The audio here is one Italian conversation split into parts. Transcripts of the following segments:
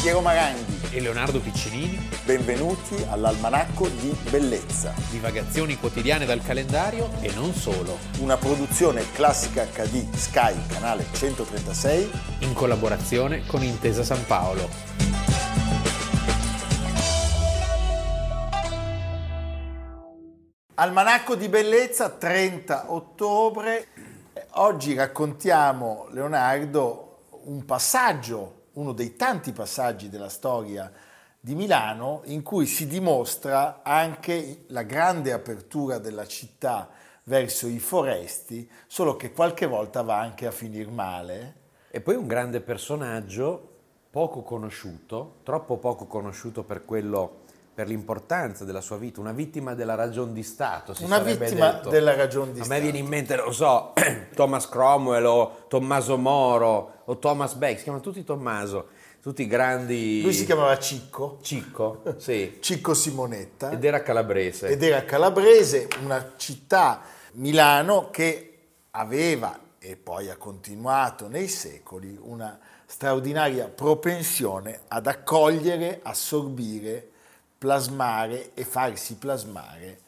Piero Maranghi e Leonardo Piccinini. Benvenuti all'Almanacco di Bellezza. Divagazioni quotidiane dal calendario e non solo. Una produzione Classica HD Sky, canale 136. In collaborazione con Intesa San Paolo. Almanacco di Bellezza, 30 ottobre. Oggi raccontiamo, Leonardo, un passaggio, uno dei tanti passaggi della storia di Milano in cui si dimostra anche la grande apertura della città verso i foresti, solo che qualche volta va anche a finir male. E poi un grande personaggio poco conosciuto, troppo poco conosciuto per l'importanza della sua vita, una vittima della ragion di Stato, una vittima detto. Della ragion di A Stato. me viene in mente, non so, Thomas Cromwell o Tommaso Moro o Thomas Beck, si chiamano tutti Tommaso, tutti grandi. Lui si chiamava Cicco, sì. Cicco Simonetta. Ed era calabrese. Una città, Milano, che aveva e poi ha continuato nei secoli una straordinaria propensione ad accogliere, assorbire, plasmare e farsi plasmare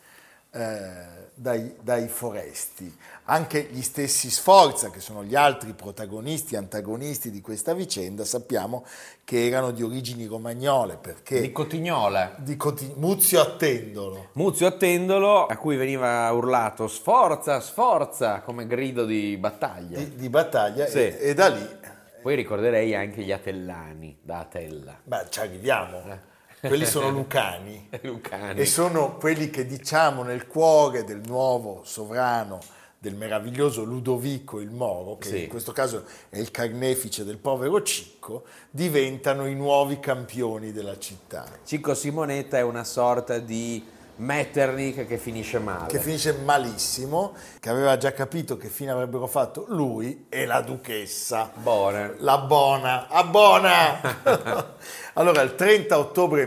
dai foresti. Anche gli stessi Sforza, che sono gli altri protagonisti, antagonisti di questa vicenda, sappiamo che erano di origini romagnole, perché di Cotignola. Muzio Attendolo, a cui veniva urlato Sforza, Sforza, come grido di battaglia. Di battaglia, sì. e da lì. Poi ricorderei anche gli Atellani, da Atella. Beh, ci arriviamo. Quelli sono lucani. Lucani. E sono quelli che, diciamo, nel cuore del nuovo sovrano, del meraviglioso Ludovico il Moro, che in questo caso è il carnefice del povero Cicco, diventano i nuovi campioni della città. Cicco Simonetta è una sorta di Metternich che finisce male. Che finisce malissimo, che aveva già capito che fine avrebbero fatto lui e la duchessa. La Bona. Allora, il 30 ottobre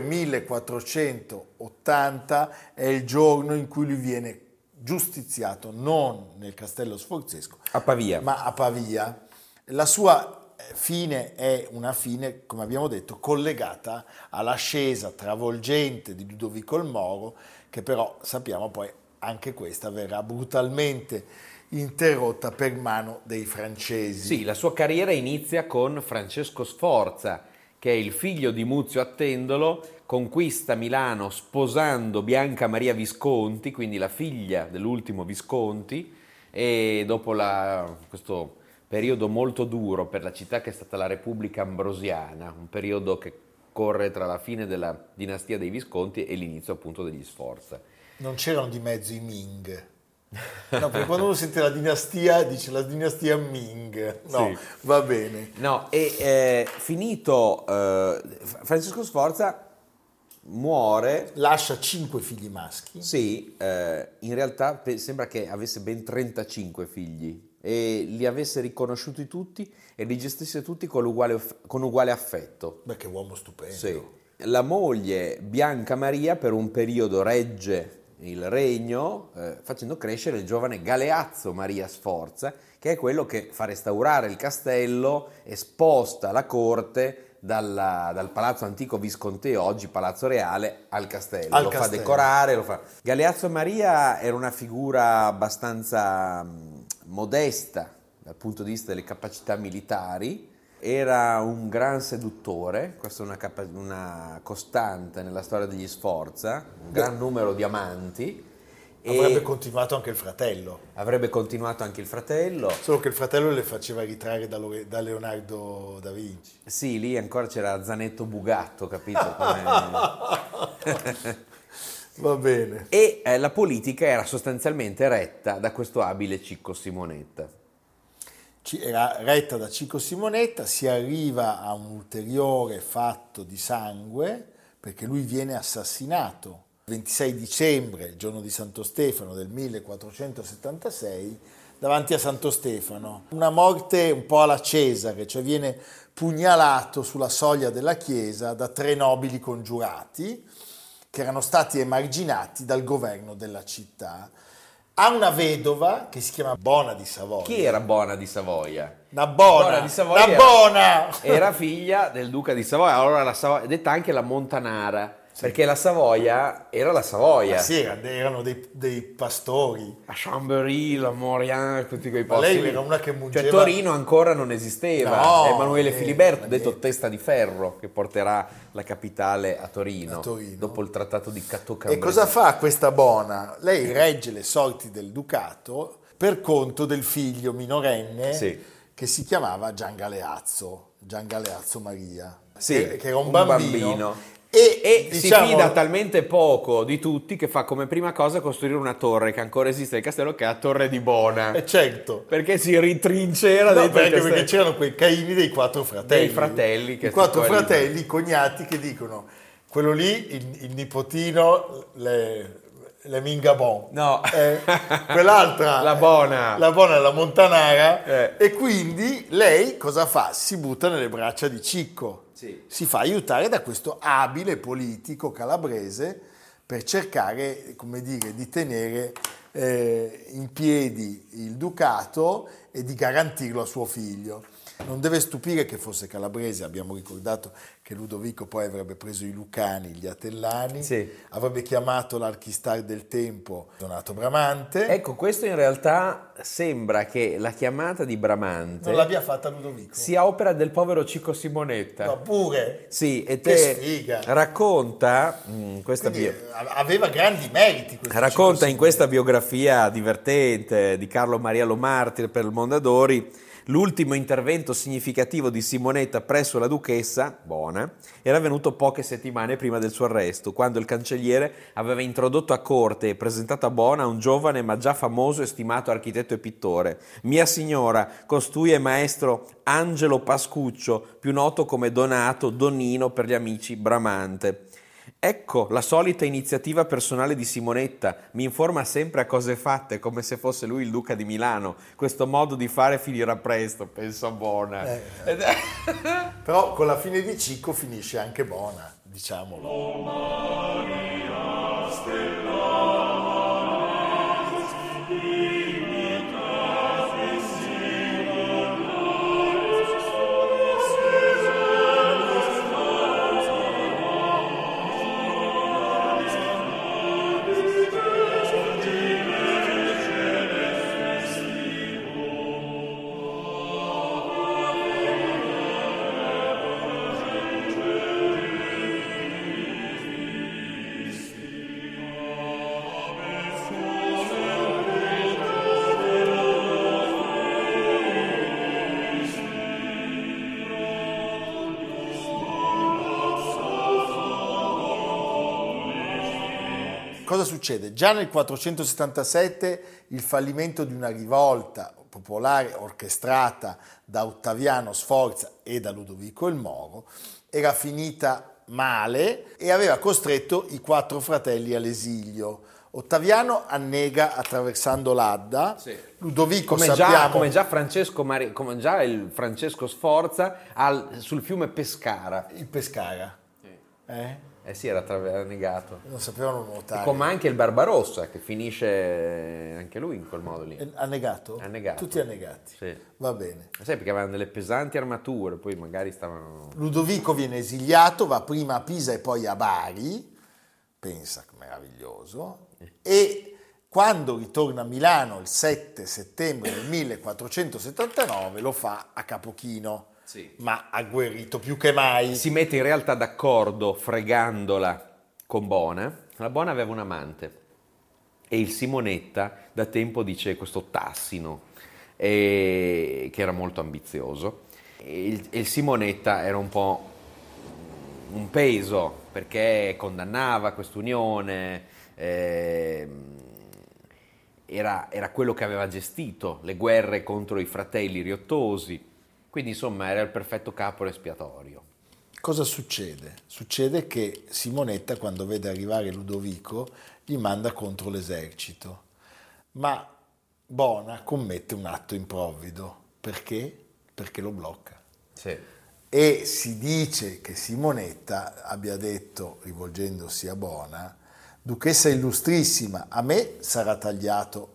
1480 è il giorno in cui lui viene giustiziato, non nel castello sforzesco, a Pavia. ma a Pavia. La sua fine è una fine, come abbiamo detto, collegata all'ascesa travolgente di Ludovico il Moro, che però sappiamo poi anche questa verrà brutalmente interrotta per mano dei francesi. Sì, la sua carriera inizia con Francesco Sforza, che è il figlio di Muzio Attendolo, conquista Milano sposando Bianca Maria Visconti, quindi la figlia dell'ultimo Visconti, e dopo questo periodo molto duro per la città che è stata la Repubblica Ambrosiana, un periodo che corre tra la fine della dinastia dei Visconti e l'inizio appunto degli Sforza. Non c'erano di mezzo i Ming. No, perché quando uno sente la dinastia dice la dinastia Ming. No, sì. Va bene. No, e finito Francesco Sforza muore. Lascia 5 figli maschi. Sì, in realtà sembra che avesse ben 35 figli e li avesse riconosciuti tutti e li gestisse tutti con uguale affetto. Beh, che uomo stupendo. Sì. La moglie Bianca Maria per un periodo regge il regno facendo crescere il giovane Galeazzo Maria Sforza, che è quello che fa restaurare il castello e sposta la corte dal palazzo antico visconteo, oggi Palazzo Reale, al castello. Lo fa decorare, Galeazzo Maria era una figura abbastanza modesta dal punto di vista delle capacità militari, era un gran seduttore, questa è una costante nella storia degli Sforza, un gran numero di amanti. Avrebbe continuato anche il fratello. Solo che il fratello le faceva ritrarre da Leonardo da Vinci. Sì, lì ancora c'era Zanetto Bugatto, capito? Va bene. E la politica era sostanzialmente retta da questo abile Cicco Simonetta. Era retta da Cicco Simonetta, si arriva a un ulteriore fatto di sangue, perché lui viene assassinato il 26 dicembre, il giorno di Santo Stefano del 1476, davanti a Santo Stefano. Una morte un po' alla Cesare, cioè viene pugnalato sulla soglia della chiesa da 3 nobili congiurati che erano stati emarginati dal governo della città. Ha una vedova che si chiama Bona di Savoia. Chi era Bona di Savoia? Nabona Bona di Savoia era figlia del duca di Savoia, allora la Savoia, detta anche la Montanara, perché la Savoia era la Savoia. Sì, erano dei pastori. A Chambéry, la Morian, tutti quei Ma posti. lei era una che mungeva... Cioè Torino ancora non esisteva. No, Emanuele Filiberto, detto niente. testa di ferro, che porterà la capitale a Torino, A Torino. dopo il trattato di E Cateau-Cambrai. cosa fa questa Bona? Lei regge le sorti del ducato per conto del figlio minorenne Sì. che si chiamava Gian Galeazzo Maria, Sì, che era un bambino. E diciamo, si fida talmente poco di tutti che fa come prima cosa costruire una torre che ancora esiste nel castello, che è la Torre di Bona. certo. Perché si ritrincera No, dentro il perché castello. c'erano quei Caini dei 4 fratelli. Dei fratelli che I 4 si fratelli, i cognati, che dicono: quello lì, il nipotino, le Mingabon. No. Quell'altra, La Bona. la Montanara. Eh. E quindi lei cosa fa? Si butta nelle braccia di Cicco. Sì. Si fa aiutare da questo abile politico calabrese per cercare, come dire, di tenere in piedi il ducato e di garantirlo a suo figlio. Non deve stupire che fosse calabrese, abbiamo ricordato che Ludovico poi avrebbe preso i Lucani, gli Atellani, Sì. avrebbe chiamato l'archistar del tempo Donato Bramante. Ecco, questo in realtà sembra che la chiamata di Bramante Non l'abbia fatta Ludovico. sia opera del povero Cicco Simonetta. Ma pure. Sì, e Che te sfiga. racconta questa Quindi aveva grandi meriti questo Racconta Cicco in questa biografia divertente di Carlo Maria Lomarti per il Mondadori l'ultimo intervento significativo di Simonetta presso la duchessa, Bona, era avvenuto poche settimane prima del suo arresto, quando il cancelliere aveva introdotto a corte e presentato a Bona un giovane ma già famoso e stimato architetto e pittore. Mia signora, costui è maestro Angelo Pascuccio, più noto come Donato, Donnino per gli amici Bramante. Ecco la solita iniziativa personale di Simonetta, mi informa sempre a cose fatte, come se fosse lui il duca di Milano. Questo modo di fare finirà presto, penso a Bona. Però con la fine di Cicco finisce anche Bona, diciamolo. Cosa succede? Già nel 477 il fallimento di una rivolta popolare orchestrata da Ottaviano Sforza e da Ludovico il Moro era finita male e aveva costretto i 4 fratelli all'esilio. Ottaviano annega attraversando l'Adda, Sì. Ludovico Come sappiamo... già il Francesco Sforza sul fiume Pescara. Il Pescara. Eh sì, era annegato. Non sapevano nuotare. Come anche il Barbarossa, che finisce anche lui in quel modo lì. Annegato? Annegato. Tutti annegati. Sì. Va bene. Sai, perché avevano delle pesanti armature, poi magari stavano... Ludovico viene esiliato, va prima a Pisa e poi a Bari, pensa che meraviglioso, e quando ritorna a Milano il 7 settembre del 1479 lo fa a Capochino, Sì. ma agguerrito più che mai. Si mette in realtà d'accordo fregandola con Bona. La Bona aveva un amante e il Simonetta da tempo dice questo Tassino, che era molto ambizioso. E il Simonetta era un po' un peso perché condannava quest'unione, era quello che aveva gestito le guerre contro i fratelli riottosi. Quindi insomma era il perfetto capro espiatorio. Cosa succede? Succede che Simonetta, quando vede arrivare Ludovico, gli manda contro l'esercito. Ma Bona commette un atto improvvido. Perché? Perché lo blocca. Sì. E si dice che Simonetta abbia detto, rivolgendosi a Bona: Duchessa illustrissima, a me sarà tagliato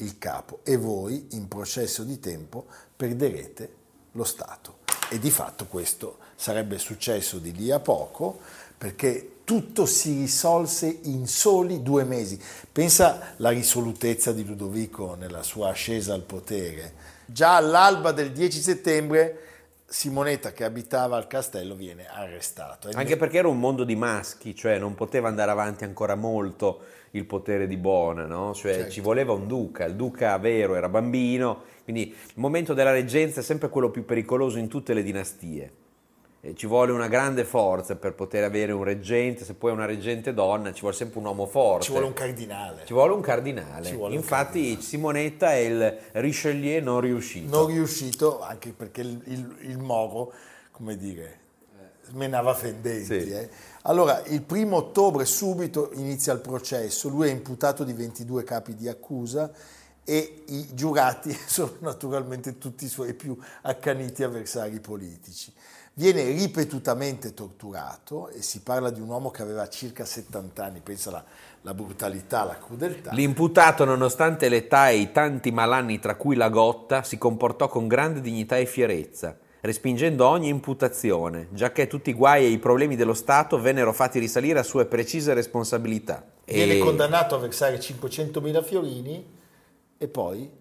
il capo e voi in processo di tempo perderete lo Stato. E di fatto questo sarebbe successo di lì a poco, perché tutto si risolse in soli 2 mesi. Pensa alla risolutezza di Ludovico nella sua ascesa al potere. Già all'alba del 10 settembre Simonetta, che abitava al castello, viene arrestato. Anche perché era un mondo di maschi, cioè non poteva andare avanti ancora molto il potere di Bona, no? Cioè certo. Ci voleva un duca, il duca vero era bambino, quindi il momento della reggenza è sempre quello più pericoloso in tutte le dinastie. Ci vuole una grande forza per poter avere un reggente, se poi è una reggente donna ci vuole sempre un uomo forte. Ci vuole un cardinale. Ci vuole un cardinale. Infatti un cardinale. Simonetta è il Richelieu non riuscito. Non riuscito, anche perché il Moro, come dire, smenava fendenti. Sì. Allora, il 1 ottobre subito inizia il processo, lui è imputato di 22 capi di accusa e i giurati sono naturalmente tutti i suoi più accaniti avversari politici. Viene ripetutamente torturato e si parla di un uomo che aveva circa 70 anni, pensa la brutalità, la crudeltà. L'imputato, nonostante l'età e i tanti malanni tra cui la gotta, si comportò con grande dignità e fierezza, respingendo ogni imputazione, giacché tutti i guai e i problemi dello Stato vennero fatti risalire a sue precise responsabilità. Viene condannato a versare 500.000 fiorini e poi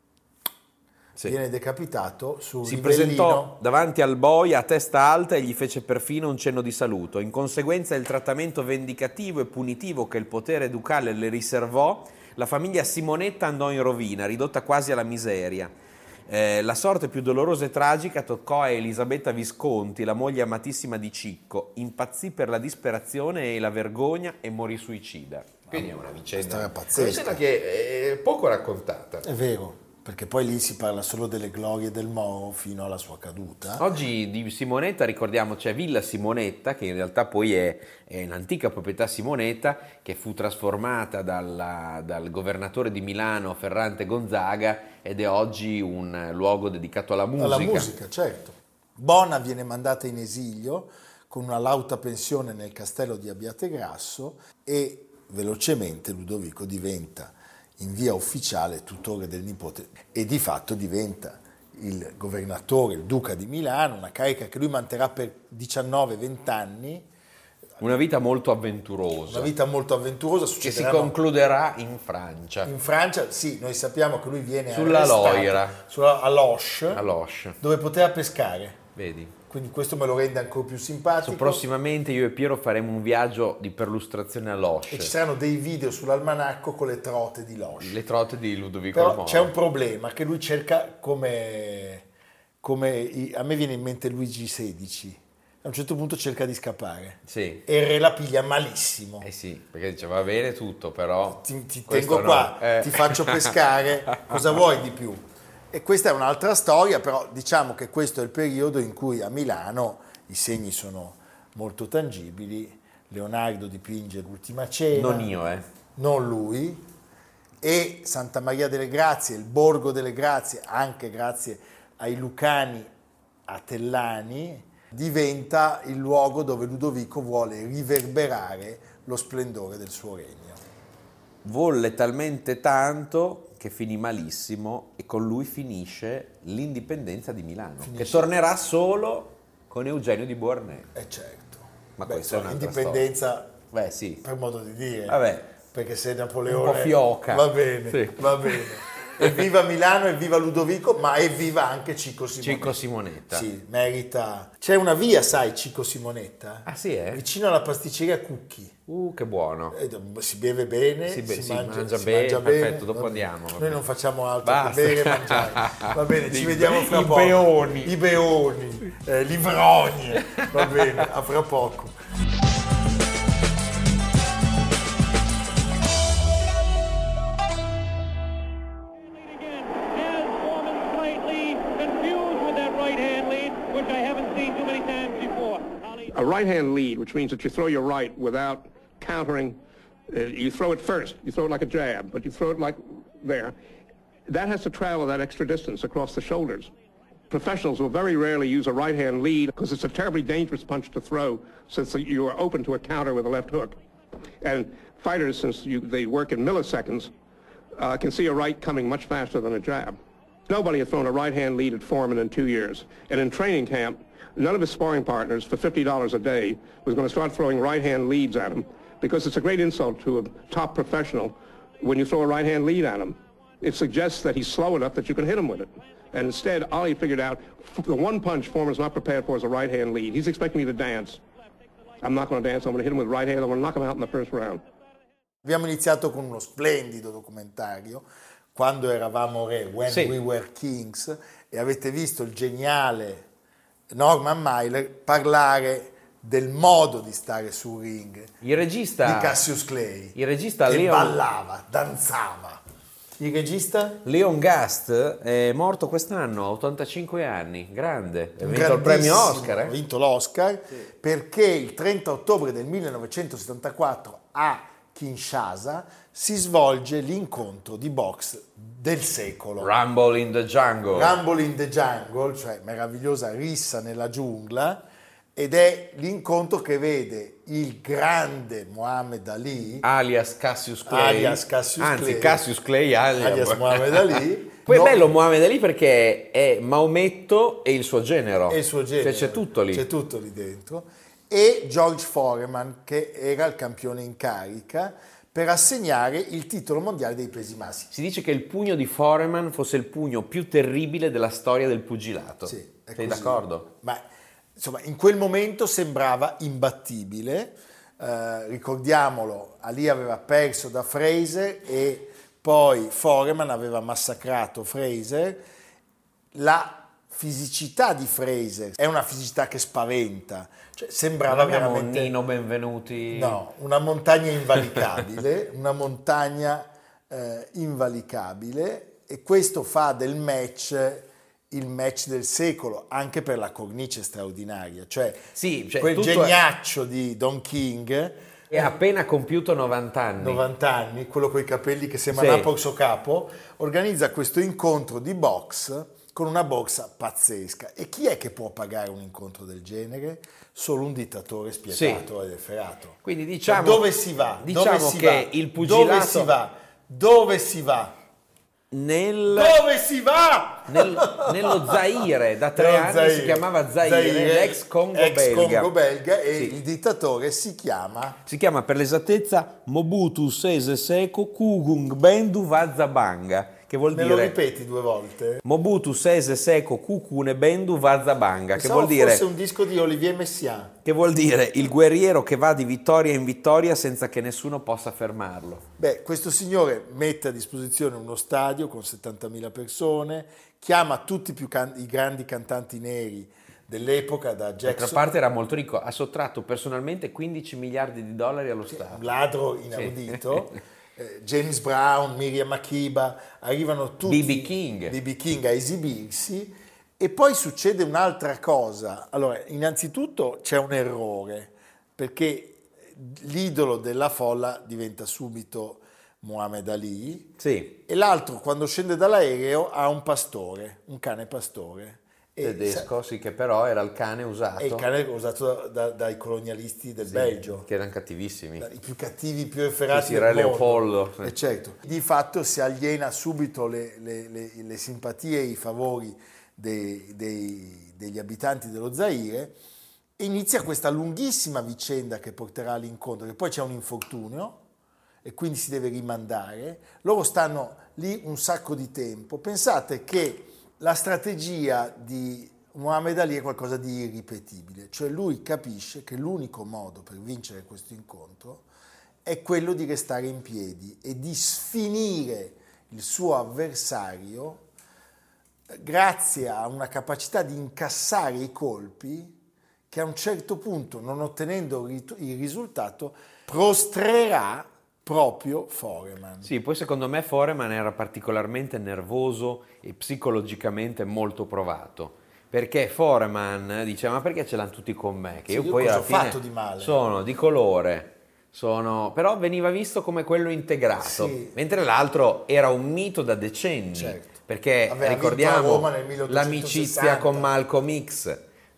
viene decapitato su Si Rivellino. presentò davanti al boia a testa alta e gli fece perfino un cenno di saluto. In conseguenza del trattamento vendicativo e punitivo che il potere ducale le riservò, la famiglia Simonetta andò in rovina, ridotta quasi alla miseria. La sorte più dolorosa e tragica toccò a Elisabetta Visconti, la moglie amatissima di Cicco. Impazzì per la disperazione e la vergogna e morì suicida. Quindi è una vicenda pazzesca, che è poco raccontata. È vero, perché poi lì si parla solo delle glorie del Moro fino alla sua caduta. Oggi di Simonetta ricordiamo c'è Villa Simonetta, che in realtà poi è un'antica proprietà Simonetta, che fu trasformata dal governatore di Milano Ferrante Gonzaga ed è oggi un luogo dedicato alla musica. Alla musica, certo. Bona viene mandata in esilio con una lauta pensione nel castello di Abbiategrasso e velocemente Ludovico diventa in via ufficiale tutore del nipote e di fatto diventa il governatore, il duca di Milano, una carica che lui manterrà per 19-20 anni. Una vita molto avventurosa. Una vita molto avventurosa. Che si concluderà in Francia. In Francia, sì, noi sappiamo che lui viene sulla Loira. A Loches, dove poteva pescare. Vedi? Quindi questo me lo rende ancora più simpatico. Prossimamente io e Piero faremo un viaggio di perlustrazione a Loches. E ci saranno dei video sull'almanacco con le trote di Loches. Le trote di Ludovico Però Moro. c'è un problema, che lui cerca come a me viene in mente Luigi XVI. A un certo punto cerca di scappare. Sì. E il re la piglia malissimo. Sì, perché dice va bene tutto, però ti tengo qua, ti faccio pescare, cosa vuoi di più? E questa è un'altra storia, però diciamo che questo è il periodo in cui a Milano i segni sono molto tangibili. Leonardo dipinge l'Ultima Cena. Non io, Non lui. E Santa Maria delle Grazie, il Borgo delle Grazie, anche grazie ai lucani atellani, diventa il luogo dove Ludovico vuole riverberare lo splendore del suo regno. Volle talmente tanto che finì malissimo e con lui finisce l'indipendenza di Milano, che tornerà solo con Eugenio di Beauharnais. Certo. Ma questa è un'altra indipendenza, storia. Sì. Per modo di dire. Vabbè. Perché se Napoleone... Un po' fioca. Va bene, sì. Va bene. Evviva Milano, evviva Ludovico, ma evviva anche Cicco Simonetta. Cicco Simonetta. Sì, merita. C'è una via, sai, Cicco Simonetta? Ah sì, Vicino alla pasticceria Cucchi. Che buono. Si beve bene, si mangia bene. Perfetto, dopo andiamo. Noi non facciamo altro che bere e mangiare. Va bene, ci vediamo fra poco. I beoni, l'ivrogne. Va bene, a fra poco. A right-hand lead, which means that you throw your right without countering. You throw it first. You throw it like a jab, but you throw it like there. That has to travel that extra distance across the shoulders. Professionals will very rarely use a right-hand lead because it's a terribly dangerous punch to throw since you are open to a counter with a left hook. And fighters, since they work in milliseconds, can see a right coming much faster than a jab. Nobody had thrown a right-hand lead at Foreman in 2 years. And in training camp, none of his sparring partners for $50 a day was going to start throwing right-hand leads at him, because it's a great insult to a top professional when you throw a right-hand lead at him. It suggests that he's slow enough that you can hit him with it. And instead, Ollie figured out the one punch Foreman's not prepared for is a right-hand lead. He's expecting me to dance. I'm not going to dance. I'm going to hit him with right hand. I'm going to knock him out in the first round. Abbiamo iniziato con uno splendido documentario, Quando eravamo re, When We Were Kings, e avete visto il geniale Norman Mailer parlare del modo di stare sul ring il regista, di Cassius Clay, il regista che Leon, ballava, danzava. Il regista? Leon Gast è morto quest'anno, a 85 anni, grande, ha vinto il premio Oscar. Ha vinto l'Oscar, sì, perché il 30 ottobre del 1974 a Kinshasa si svolge l'incontro di box del secolo. Rumble in the Jungle. Rumble in the Jungle, cioè meravigliosa rissa nella giungla, ed è l'incontro che vede il grande Muhammad Ali, alias Cassius Clay, Cassius Clay alias Muhammad Ali. Poi è bello Muhammad Ali perché è Maometto e il suo genero. E il suo genero. Cioè, c'è tutto lì. C'è tutto lì dentro. E George Foreman, che era il campione in carica, per assegnare il titolo mondiale dei pesi massimi. Si dice che il pugno di Foreman fosse il pugno più terribile della storia del pugilato. Sì, sei d'accordo? Ma insomma, in quel momento sembrava imbattibile. Ricordiamolo, Ali aveva perso da Fraser e poi Foreman aveva massacrato Fraser. La fisicità di Fraser è una fisicità che spaventa, cioè sembrava veramente Nino Benvenuti. No, una montagna invalicabile, una montagna invalicabile, e questo fa del match il match del secolo, anche per la cornice straordinaria, cioè quel geniaccio di Don King è appena compiuto 90 anni. 90 anni, quello con i capelli che sembra Napo suo capo, organizza questo incontro di box con una boxa pazzesca. E chi è che può pagare un incontro del genere? Solo un dittatore spietato ed efferato. Quindi diciamo, dove si va? Diciamo dove si che va? Il pugilato dove si va? Dove si va? Dove si va? Nello Zaire, da 3 anni Zaire. Si chiamava Zaire, l'ex Congo belga. E il dittatore si chiama per l'esattezza Mobutu Sese Seko Kugung Bendu Vazabanga, che vuol Me dire... lo ripeti 2 volte? Mobutu Sese Seko Kukune Bendu Vazabanga, che vuol dire... fosse un disco di Olivier Messiaen. Che vuol dire il guerriero che va di vittoria in vittoria senza che nessuno possa fermarlo. Beh, questo signore mette a disposizione uno stadio con 70.000 persone, chiama tutti i grandi cantanti neri dell'epoca, da Jackson. D'altra parte era molto ricco, ha sottratto personalmente 15 miliardi di dollari allo Stato. Un ladro inaudito. Sì. James Brown, Miriam Makeba, arrivano tutti, B.B. King a esibirsi, e poi succede un'altra cosa. Allora, innanzitutto c'è un errore, perché l'idolo della folla diventa subito Muhammad Ali, sì, e l'altro, quando scende dall'aereo, ha un cane pastore. Tedesco, sì, che però era il cane usato. È il cane usato dai colonialisti del Belgio. Che erano cattivissimi. I più cattivi, i più efferati del mondo. Leopoldo. E certo. Di fatto si aliena subito le simpatie e i favori degli abitanti dello Zaire, e inizia questa lunghissima vicenda che porterà all'incontro, che poi c'è un infortunio e quindi si deve rimandare. Loro stanno lì un sacco di tempo. Pensate che la strategia di Muhammad Ali è qualcosa di irripetibile, cioè lui capisce che l'unico modo per vincere questo incontro è quello di restare in piedi e di sfinire il suo avversario grazie a una capacità di incassare i colpi che a un certo punto, non ottenendo il risultato, prostrerà proprio Foreman. Sì, poi secondo me Foreman era particolarmente nervoso e psicologicamente molto provato, perché Foreman diceva: ma perché ce l'hanno tutti con me? Che sì, io poi alla fine fatto di male. Sono di colore, però veniva visto come quello integrato, sì, mentre l'altro era un mito da decenni, certo, perché ricordiamo l'amicizia con Malcolm X,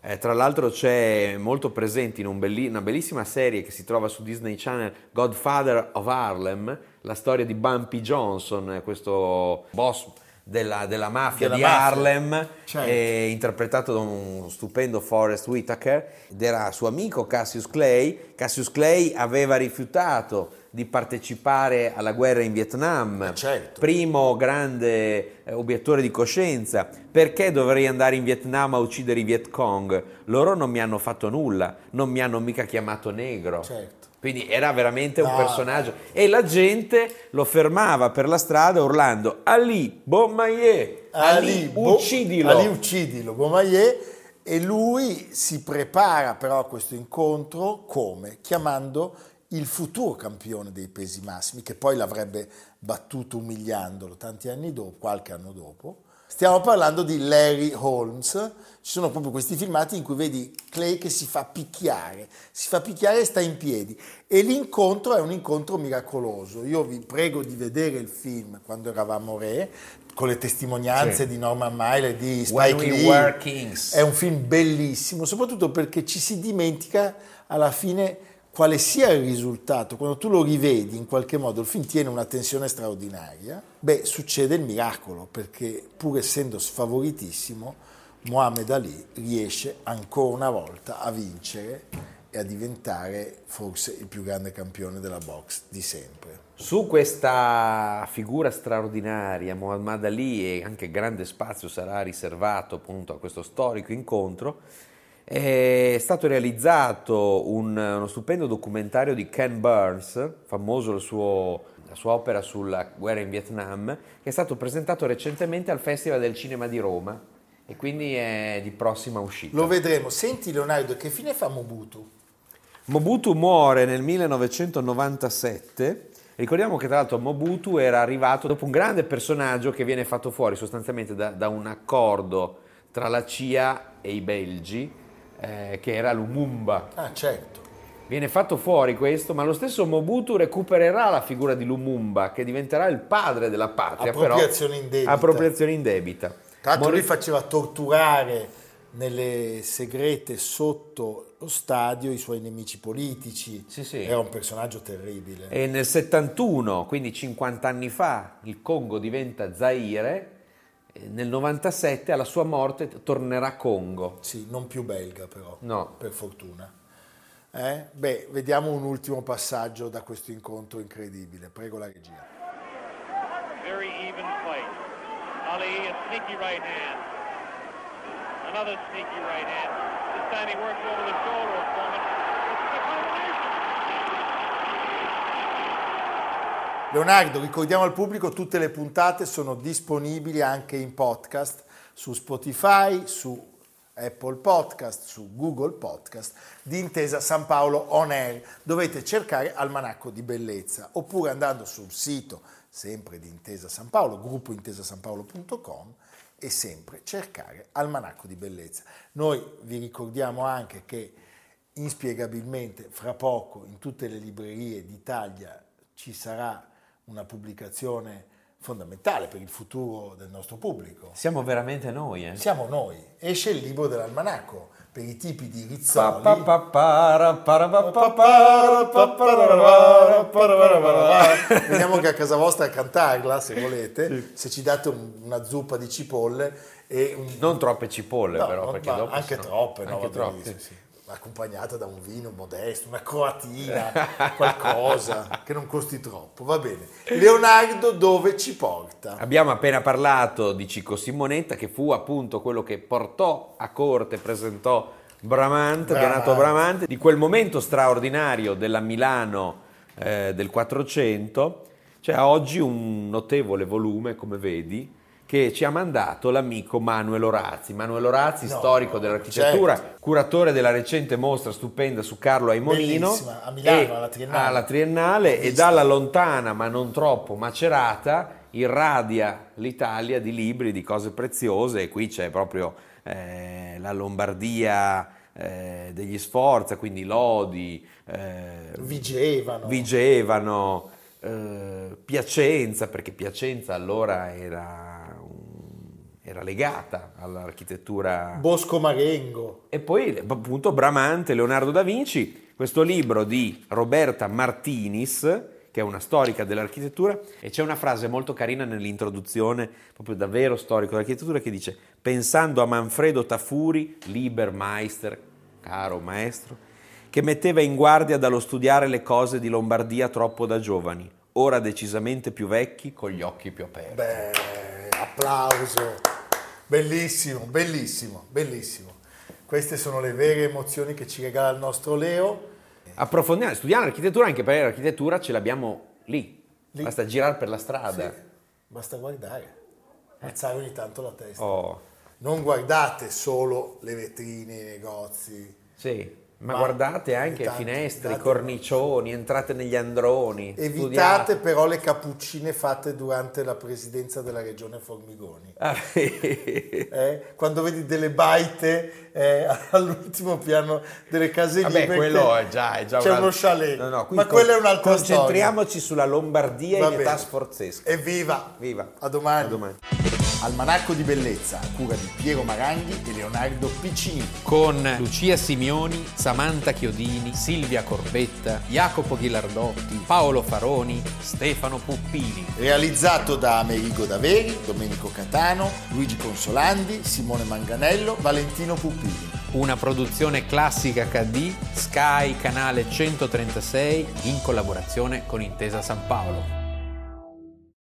Tra l'altro c'è molto presente in una bellissima serie che si trova su Disney Channel, Godfather of Harlem, la storia di Bumpy Johnson, questo boss della mafia di Harlem, certo. Interpretato da un stupendo Forest Whitaker, ed era suo amico Cassius Clay. Cassius Clay aveva rifiutato di partecipare alla guerra in Vietnam, certo. Primo grande obiettore di coscienza: perché dovrei andare in Vietnam a uccidere i Viet Cong? Loro non mi hanno fatto nulla, non mi hanno mica chiamato negro. Certo. Quindi era veramente un personaggio, e la gente lo fermava per la strada urlando: Ali, Beaumaye, Ali, uccidilo. Ali, uccidilo, Beaumaye. E lui si prepara però a questo incontro come? Chiamando il futuro campione dei pesi massimi, che poi l'avrebbe battuto umiliandolo tanti anni dopo, qualche anno dopo. Stiamo parlando di Larry Holmes. Ci sono proprio questi filmati in cui vedi Clay che si fa picchiare e sta in piedi. E l'incontro è un incontro miracoloso. Io vi prego di vedere il film Quando eravamo re, con le testimonianze di Norman Mailer e di Spike When We Lee. Were Kings. È un film bellissimo, soprattutto perché ci si dimentica alla fine quale sia il risultato. Quando tu lo rivedi, in qualche modo il film tiene una tensione straordinaria. Succede il miracolo, perché pur essendo sfavoritissimo, Muhammad Ali riesce ancora una volta a vincere e a diventare forse il più grande campione della boxe di sempre. Su questa figura straordinaria, Muhammad Ali, e anche grande spazio sarà riservato appunto a questo storico incontro, è stato realizzato uno stupendo documentario di Ken Burns, famoso la sua opera sulla guerra in Vietnam, che è stato presentato recentemente al Festival del Cinema di Roma e quindi è di prossima uscita. Lo vedremo. Senti Leonardo, che fine fa Mobutu? Mobutu muore nel 1997. Ricordiamo che tra l'altro Mobutu era arrivato dopo un grande personaggio che viene fatto fuori sostanzialmente da un accordo tra la CIA e i belgi, che era Lumumba. Ah, certo. Viene fatto fuori questo, ma lo stesso Mobutu recupererà la figura di Lumumba, che diventerà il padre della patria. Appropriazione indebita. Appropriazione indebita. Tra l'altro lui faceva torturare nelle segrete sotto lo stadio i suoi nemici politici. Sì. Era un personaggio terribile. E nel 71, quindi 50 anni fa, il Congo diventa Zaire. Nel 97 alla sua morte tornerà Congo. Sì, non più belga però, No. per fortuna. Vediamo un ultimo passaggio da questo incontro incredibile. Prego la regia. Very even fight. Ali, a sneaky right hand. Another sneaky right hand. This time he works over the shoulder of Foreman. It's the combination. Leonardo, ricordiamo al pubblico, tutte le puntate sono disponibili anche in podcast su Spotify, su Apple Podcast, su Google Podcast di Intesa San Paolo On Air. Dovete cercare Almanacco di Bellezza, oppure andando sul sito sempre di Intesa San Paolo, gruppo intesasanpaolo.com, e sempre cercare Almanacco di Bellezza. Noi vi ricordiamo anche che inspiegabilmente fra poco in tutte le librerie d'Italia ci sarà una pubblicazione fondamentale per il futuro del nostro pubblico. Siamo veramente noi, eh? Siamo noi. Esce il libro dell'almanacco per i tipi di Rizzoli. Vediamo che a casa vostra a cantarla, se volete, sì. Se ci date una zuppa di cipolle e non troppe cipolle, no, però, perché dopo anche troppe, anche troppe. Sì. Accompagnata da un vino modesto, una croatina, qualcosa che non costi troppo, va bene. Leonardo dove ci porta? Abbiamo appena parlato di Cicco Simonetta, che fu appunto quello che portò a corte, presentò Donato Bramante, di quel momento straordinario della Milano del 400. C'è oggi un notevole volume, come vedi, che ci ha mandato l'amico Manuel Orazzi. Manuel Orazzi, storico dell'architettura, certo. Curatore della recente mostra stupenda su Carlo Aimonino. Bellissima, a Milano, alla Triennale, e dalla lontana ma non troppo Macerata irradia l'Italia di libri, di cose preziose, e qui c'è proprio la Lombardia degli Sforza, quindi Lodi, Vigevano, era legata all'architettura. Bosco Marengo. E poi appunto Bramante, Leonardo da Vinci, questo libro di Roberta Martinis, che è una storica dell'architettura, e c'è una frase molto carina nell'introduzione, proprio davvero storico dell'architettura, che dice: pensando a Manfredo Tafuri, Liebermeister, caro maestro, che metteva in guardia dallo studiare le cose di Lombardia troppo da giovani, ora decisamente più vecchi, con gli occhi più aperti. Beh, applauso. Bellissimo, bellissimo, bellissimo. Queste sono le vere emozioni che ci regala il nostro Leo. Approfondiamo, studiare l'architettura, anche perché l'architettura ce l'abbiamo lì. Basta girare per la strada. Sì, basta guardare, alzare ogni tanto la testa. Oh. Non guardate solo le vetrine, i negozi. Sì, ma guardate anche finestre, i cornicioni, entrate negli androni. Evitate studiate. però le cappuccine fatte durante la presidenza della regione Formigoni. Quando vedi delle baite all'ultimo piano delle case Vabbè, libere, quello è già c'è uno chalet. No, ma quella è un'altra concentriamoci sulla Lombardia Va in età bene. sforzesca. Evviva! Viva! A domani! A domani. Almanacco di bellezza a cura di Piero Maranghi e Leonardo Piccini. Con Lucia Simioni, Samantha Chiodini, Silvia Corbetta, Jacopo Ghilardotti, Paolo Faroni, Stefano Puppini. Realizzato da Amerigo Daveri, Domenico Catano, Luigi Consolandi, Simone Manganello, Valentino Puppini. Una produzione Classica HD, Sky Canale 136, in collaborazione con Intesa San Paolo.